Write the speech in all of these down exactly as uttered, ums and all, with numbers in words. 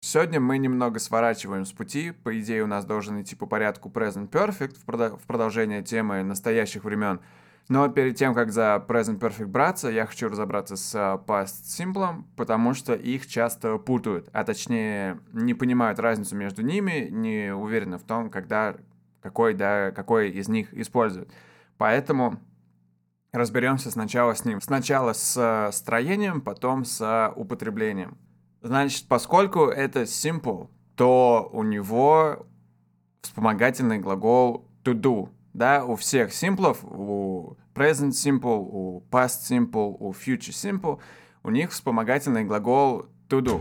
Сегодня мы немного сворачиваем с пути. По идее, у нас должен идти по порядку Present Perfect в, продо- в продолжение темы настоящих времен. Но перед тем, как за Present Perfect браться, я хочу разобраться с а, Past Simple, потому что их часто путают, а точнее не понимают разницу между ними, не уверены в том, когда какой, да, какой из них используют. Поэтому разберемся сначала с ним. Сначала с строением, потом с употреблением. Значит, поскольку это simple, то у него вспомогательный глагол to do. Да, у всех симплов, у present simple, у past simple, у future simple, у них вспомогательный глагол to do.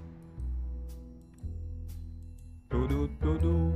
To do, to do.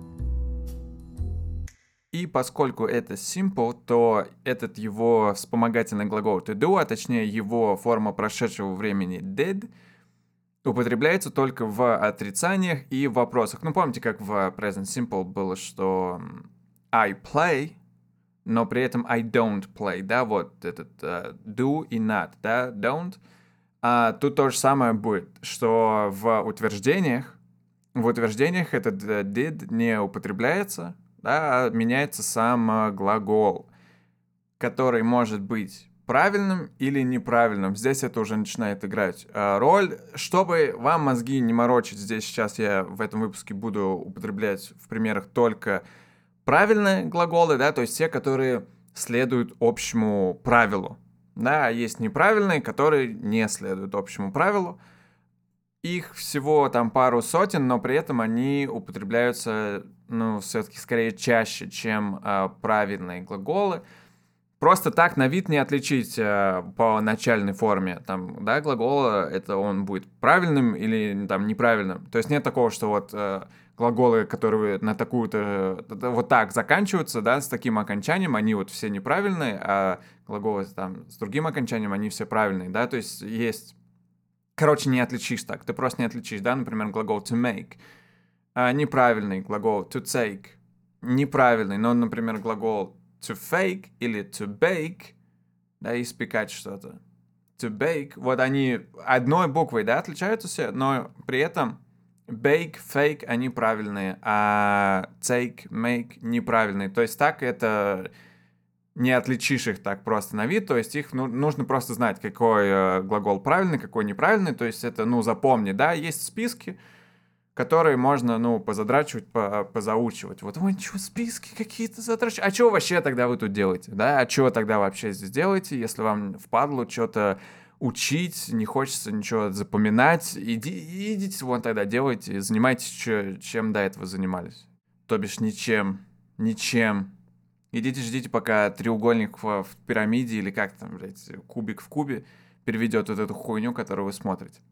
И поскольку это simple, то этот его вспомогательный глагол to do, а точнее его форма прошедшего времени did, употребляется только в отрицаниях и в вопросах. Ну, помните, как в present simple было, что I play, но при этом I don't play, да, вот этот uh, do и not, да, don't. А тут то же самое будет, что в утверждениях, в утверждениях этот did не употребляется, да, а меняется сам глагол, который может быть правильным или неправильным. Здесь это уже начинает играть э, роль. Чтобы вам мозги не морочить, здесь сейчас я в этом выпуске буду употреблять в примерах только правильные глаголы, да, то есть те, которые следуют общему правилу. Да, а есть неправильные, которые не следуют общему правилу. Их всего там пару сотен, но при этом они употребляются, ну, все-таки скорее чаще, чем э, правильные глаголы. Просто так на вид не отличить э, по начальной форме, там, да, глагола, это он будет правильным или там неправильным. То есть нет такого, что вот э, глаголы, которые на такую-то, вот так заканчиваются, да, с таким окончанием, они вот все неправильные, а глаголы там с другим окончанием, они все правильные, да, то есть есть, короче, не отличишь так, ты просто не отличишь, да, например, глагол to make, а, неправильный глагол to take, неправильный, но, например, глагол to fake или to bake, да, испекать что-то. To bake, вот они одной буквой, да, отличаются все, но при этом bake, fake, они правильные, а take, make неправильные. То есть так это не отличишь их так просто на вид, то есть их ну, нужно просто знать, какой э, глагол правильный, какой неправильный, то есть это, ну, запомни, да, есть списки, которые можно, ну, позадрачивать, позаучивать. Вот, ой, что, списки какие-то задрачивать? А что вообще тогда вы тут делаете, да? А что тогда вообще здесь делаете, если вам впадло что-то учить, не хочется ничего запоминать? Иди, идите вон тогда делайте, занимайтесь, чё, чем до этого занимались. То бишь ничем, ничем. Идите, ждите, пока треугольник в, в пирамиде или как там, блядь, кубик в кубе переведет вот эту хуйню, которую вы смотрите.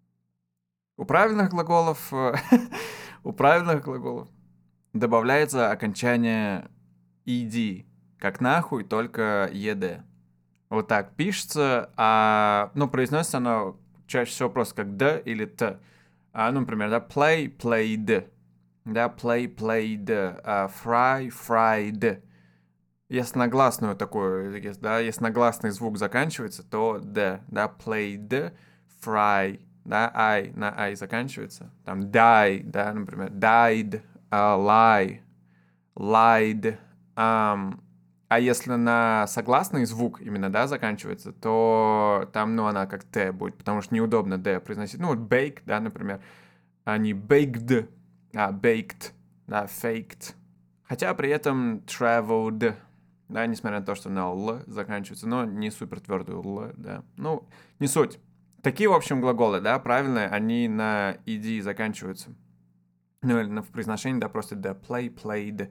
У правильных глаголов, у правильных глаголов добавляется окончание ed, как нахуй, только ed. Вот так пишется, а, ну, произносится оно чаще всего просто как д или т. А, ну, например, да, play, played, да, play, played, а, fry, fried. Если на гласную такую, да, если на гласный звук заканчивается, то д, да, played, fry, да, I, на I заканчивается. Там die, да, например, died, uh, lie, lied. Um, а если на согласный звук именно, да, заканчивается, то там, ну, она как Т будет, потому что неудобно D произносить. Ну, вот bake, да, например, а не baked, а baked, да, faked. Хотя при этом traveled, да, несмотря на то, что на Л заканчивается, но не супер твердую Л, да. Ну, не суть. Такие, в общем, глаголы, да, правильные, они на ed заканчиваются. Ну, или в произношении, да, просто да, play, played.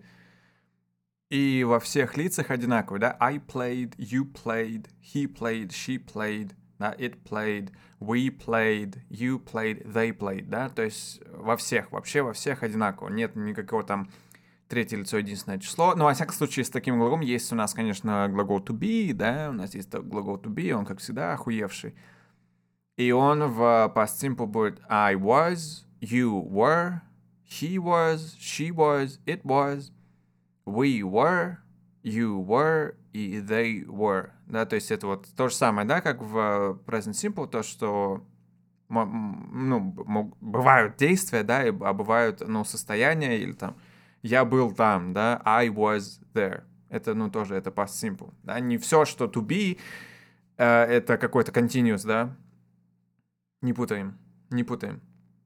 И во всех лицах одинаковые, да, I played, you played, he played, she played, да, it played, we played, you played, they played, да, то есть во всех, вообще во всех одинаково, нет никакого там третье лицо единственное число. Но, во всяком случае, с таким глаголом есть у нас, конечно, глагол to be, да, у нас есть глагол to be, он, как всегда, охуевший. И он в past simple будет I was, you were, he was, she was, it was, we were, you were и they were. Да, то есть это вот то же самое, да, как в present simple, то, что ну, бывают действия, да, а бывают, ну, состояния, или там я был там, да, I was there. Это, ну, тоже, это past simple, да, не все, что to be, э, это какой-то continuous, да, не путаем, не путаем.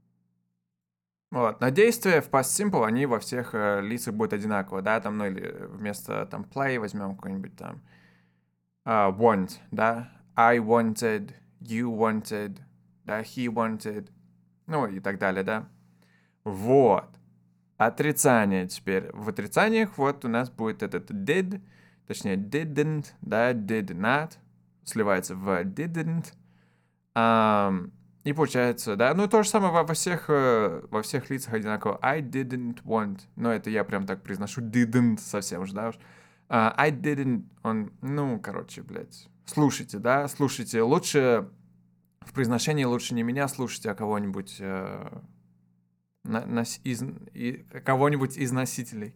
Вот, но действия в past simple, они во всех э, лицах будут одинаково, да, там, ну, или вместо, там, play возьмем какой-нибудь там uh, want, да, I wanted, you wanted, да, he wanted, ну, и так далее, да. Вот. Отрицание теперь. В отрицаниях вот у нас будет этот did, точнее didn't, да, did not, сливается в didn't. Um, и получается, да, ну то же самое во, во всех, во всех лицах одинаково. I didn't want, ну это я прям так произношу, didn't совсем же, да уж. Uh, I didn't, он, ну, короче, блядь, слушайте, да, слушайте, лучше в произношении лучше не меня слушайте, а кого-нибудь... Uh, На, нас, из, и, кого-нибудь из носителей.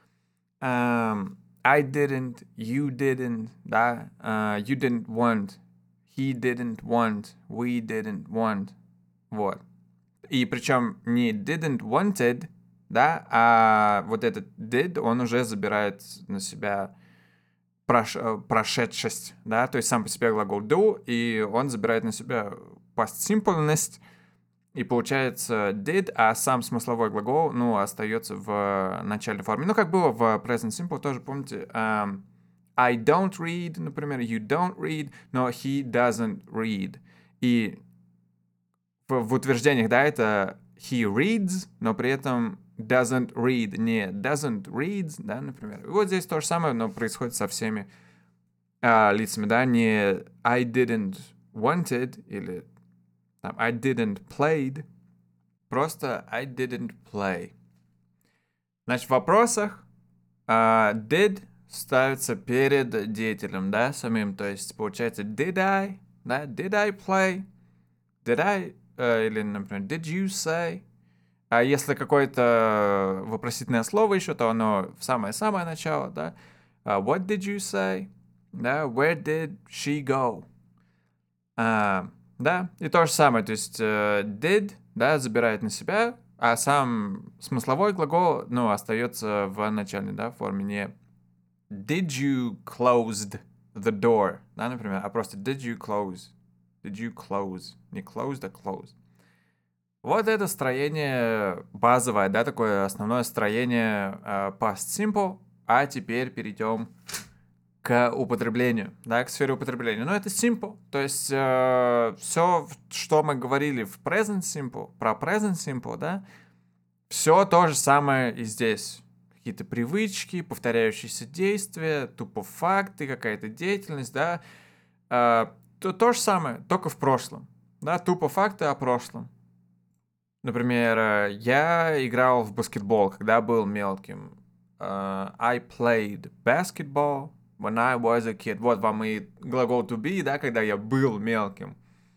Um, I didn't, you didn't, да, uh, you didn't want, he didn't want, we didn't want, вот. И причем не didn't wanted, да, а вот этот did, он уже забирает на себя прош, прошедшесть, да, то есть сам по себе глагол do, и он забирает на себя past simpleность. И получается did, а сам смысловой глагол, ну, остается в начальной форме. Ну, как было в present simple, тоже помните. Um, I don't read, например, you don't read, но he doesn't read. И в, в утверждениях, да, это he reads, но при этом doesn't read, не doesn't reads, да, например. И вот здесь то же самое, но происходит со всеми а, лицами, да, не I didn't wanted или I didn't played, просто I didn't play. Значит, в вопросах uh, did ставится перед деятелем, да, самим. То есть получается did I, да, did I play, did I, uh, или, например, did you say. А если какое-то вопросительное слово еще, то оно в самое-самое начало, да. Uh, what did you say? Да, where did she go? Uh, Да, и то же самое, то есть uh, did, да, забирает на себя, а сам смысловой глагол, ну, остается в начальной, да, форме, не did you closed the door, да, например, а просто did you close, did you close, не closed, а close. Вот это строение базовое, да, такое основное строение uh, past simple, а теперь перейдем к употреблению, да, к сфере употребления. Но это simple, то есть э, все, что мы говорили в present simple, про present simple, да, все то же самое и здесь. Какие-то привычки, повторяющиеся действия, тупо факты, какая-то деятельность, да, э, то, то же самое, только в прошлом, да, тупо факты о прошлом. Например, я играл в баскетбол, когда был мелким. Uh, I played basketball when I was a kid. Вот вам и глагол to be, да, когда я был мелким.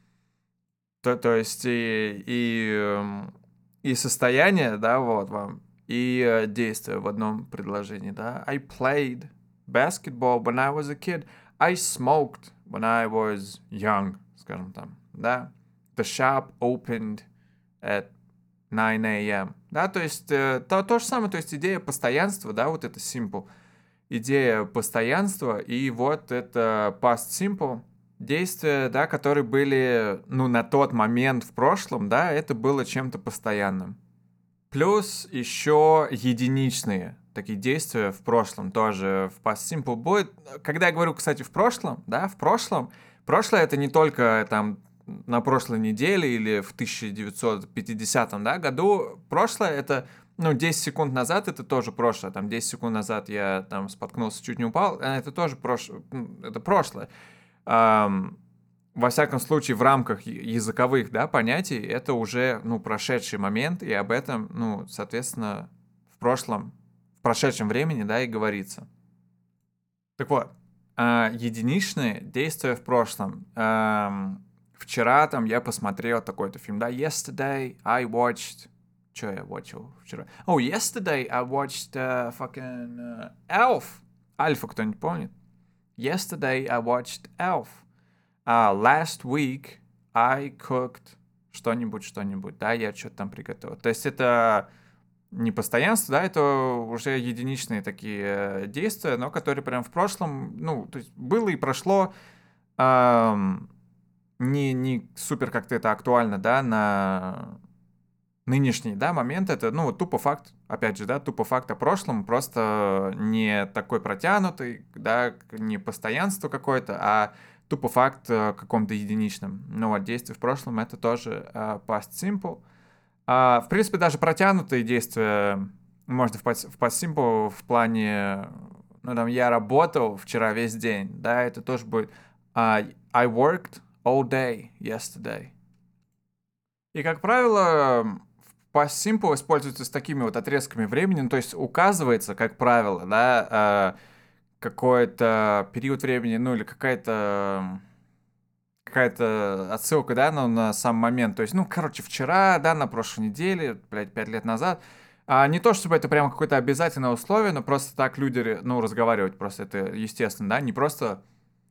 То, то есть и, и, и состояние, да, вот вам, и действие в одном предложении, да. I played basketball when I was a kid. I smoked when I was young, скажем там, да. The shop opened at nine a.m. Да, то есть э, то, то же самое, то есть идея постоянства, да, вот это simple. Идея постоянства, и вот это past simple. Действия, да, которые были, ну, на тот момент в прошлом, да, это было чем-то постоянным. Плюс еще единичные такие действия в прошлом тоже в past simple будет. Когда я говорю, кстати, в прошлом, да, в прошлом, прошлое это не только там на прошлой неделе или в тысяча девятьсот пятидесятом, да, году. Прошлое это, ну, десять секунд назад это тоже прошлое. Там десять секунд назад я там споткнулся, чуть не упал. Это тоже прошлое. Это прошлое. Um, во всяком случае, в рамках языковых, да, понятий, это уже, ну, прошедший момент, и об этом, ну, соответственно, в прошлом, в прошедшем времени, да, и говорится. Так вот, uh, единичные действия в прошлом. Um, вчера там я посмотрел такой-то фильм, да, yesterday I watched... Что я watchил вчера? Oh, yesterday I watched uh, fucking uh, Elf. Альфа кто-нибудь помнит? Yesterday I watched Elf. Uh, last week I cooked что-нибудь, что-нибудь, да, я что-то там приготовил. То есть это не постоянство, да, это уже единичные такие действия, но которые прям в прошлом, ну, то есть было и прошло, ам, не, не супер как-то это актуально, да, на нынешний, да, момент. Это, ну, тупо факт, опять же, да, тупо факт о прошлом, просто не такой протянутый, да, не постоянство какое-то, а тупо факт о каком-то единичном. Ну, вот действие в прошлом — это тоже а, past simple. А, в принципе, даже протянутые действия можно в past, в past simple в плане, ну, там, я работал вчера весь день, да, это тоже будет а, I worked all day yesterday. И, как правило, past simple используется с такими вот отрезками времени, ну, то есть указывается, как правило, да, а, какой-то период времени, ну, или какая-то какая-то отсылка, да, ну, на сам момент. То есть, ну, короче, вчера, да, на прошлой неделе, блядь, пять лет назад. А не то, чтобы это прямо какое-то обязательное условие, но просто так люди, ре- ну, разговаривать просто это естественно, да, не просто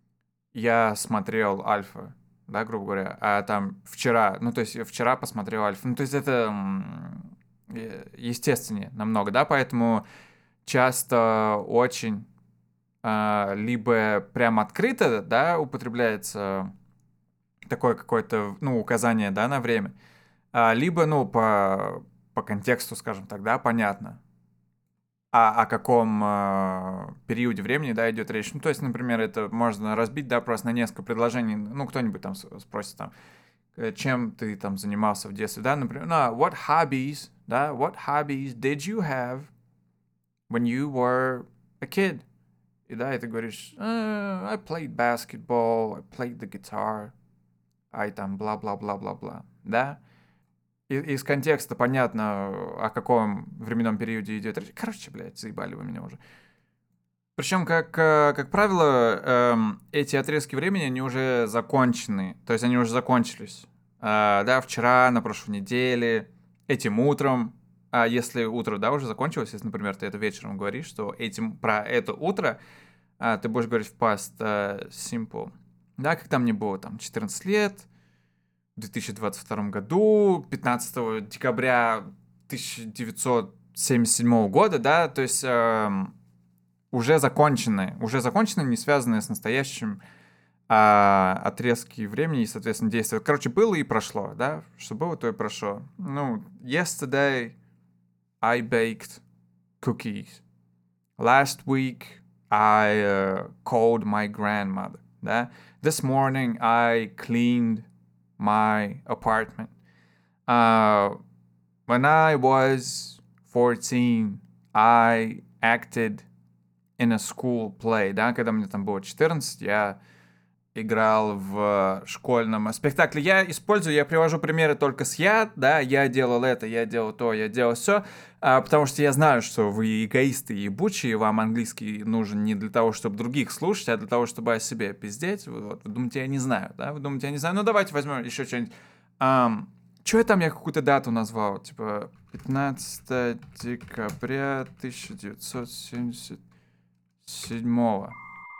я смотрел Альфа, да, грубо говоря, а там вчера, ну, то есть вчера посмотрел Альфа. Ну, то есть это м, э, естественнее намного, да, поэтому часто очень а, либо прям открыто, да, употребляется такое какое-то, ну, указание, да, на время, а, либо, ну, по, по контексту, скажем так, да, понятно, а о каком а, периоде времени, да, идет речь. Ну, то есть, например, это можно разбить, да, просто на несколько предложений. Ну, кто-нибудь там с- спросит там, э, чем ты там занимался в детстве, да, например, ну, what hobbies, да, what hobbies did you have when you were a kid? И да, и ты говоришь, «Uh, I played basketball, I played the guitar, I там бла-бла-бла-бла-бла, да? И- из контекста понятно, о каком временном периоде идет речь. Короче, блядь, заебали вы меня уже. Причем, как, э, как правило, эм, эти отрезки времени, они уже закончены. То есть они уже закончились. А, да, вчера, на прошлой неделе, этим утром. А если утро, да, уже закончилось, если, например, ты это вечером говоришь, что этим, про это утро а, ты будешь говорить в past э, simple. Да, когда мне было там четырнадцать лет, в две тысячи двадцать втором году, пятнадцатого декабря тысяча девятьсот семьдесят седьмого года, да, то есть эм, уже законченные, уже законченные, не связанные с настоящим а, отрезки времени и, соответственно, действия. Короче, было и прошло, да, что было, то и прошло. Ну, yesterday I baked cookies. Last week I uh, called my grandmother, да. This morning I cleaned my apartment. Uh, when I was fourteen, I acted in a school play, да, когда мне там было четырнадцать, я играл в школьном спектакле. Я использую, я привожу примеры только с «я», да, я делал это, я делал то, я делал все, потому что я знаю, что вы эгоисты и ебучие, вам английский нужен не для того, чтобы других слушать, а для того, чтобы о себе пиздеть. Вот, вы думаете, я не знаю, да, вы думаете, я не знаю, ну давайте возьмем еще что-нибудь. Ам, Чё я там, я какую-то дату назвал, типа пятнадцатого декабря тысяча девятьсот семьдесят седьмого.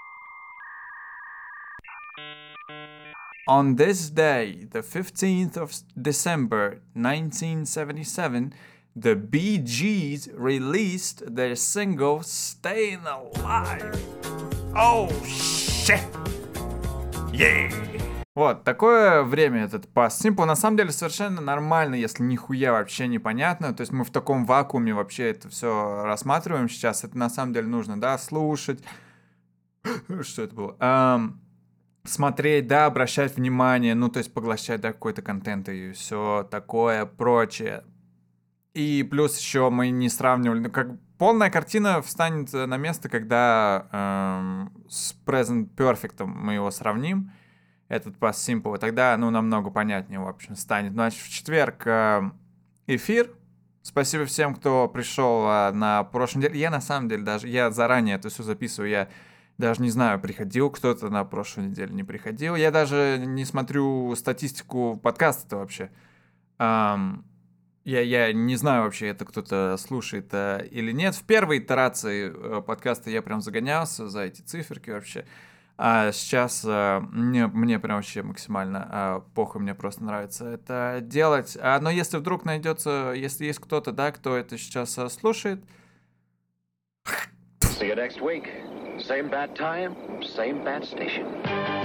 On this day, the fifteenth of December nineteen seventy-seven, the Bee Gees released their single Stayin' Alive. Oh, shit! Yeah! Вот, такое время этот past simple. На самом деле совершенно нормально, если нихуя вообще непонятно. То есть мы в таком вакууме вообще это все рассматриваем сейчас. Это на самом деле нужно, да, слушать. Что это было? Ам, смотреть, да, обращать внимание, ну, то есть поглощать, да, какой-то контент и все такое прочее. И плюс еще мы не сравнивали, ну, как полная картина встанет на место, когда эм, с Present Perfect мы его сравним, этот Past Simple, и тогда, ну, намного понятнее, в общем, станет. Значит, в четверг э, эфир. Спасибо всем, кто пришел э, на прошлой неделе. Я, на самом деле, даже, я заранее это все записываю, я даже не знаю, приходил кто-то на прошлой неделе, не приходил. Я даже не смотрю статистику подкаста вообще. Ам, я, я не знаю вообще, это кто-то слушает а, или нет. В первой итерации э, подкаста я прям загонялся за эти циферки вообще. А сейчас э, мне, мне прям вообще максимально э, похуй, мне просто нравится это делать. А, но если вдруг найдется, если есть кто-то, да, кто это сейчас э, слушает, See you next week. Same bad time, same bad station.